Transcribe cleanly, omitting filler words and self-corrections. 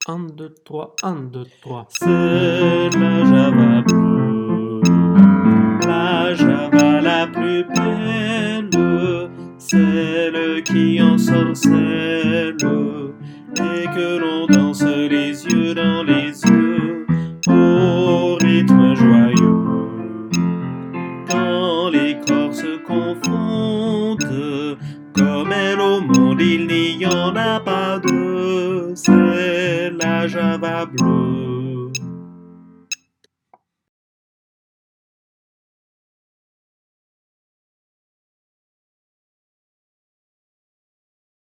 Un, deux, trois, un, deux, trois. C'est la Java bleue, la Java la plus belle, celle qui ensorcelle et que l'on danse les yeux dans les yeux au rythme joyeux. Quand les corps se confondent, comme elle au monde il n'y en a pas deux, c'est la Java bleue.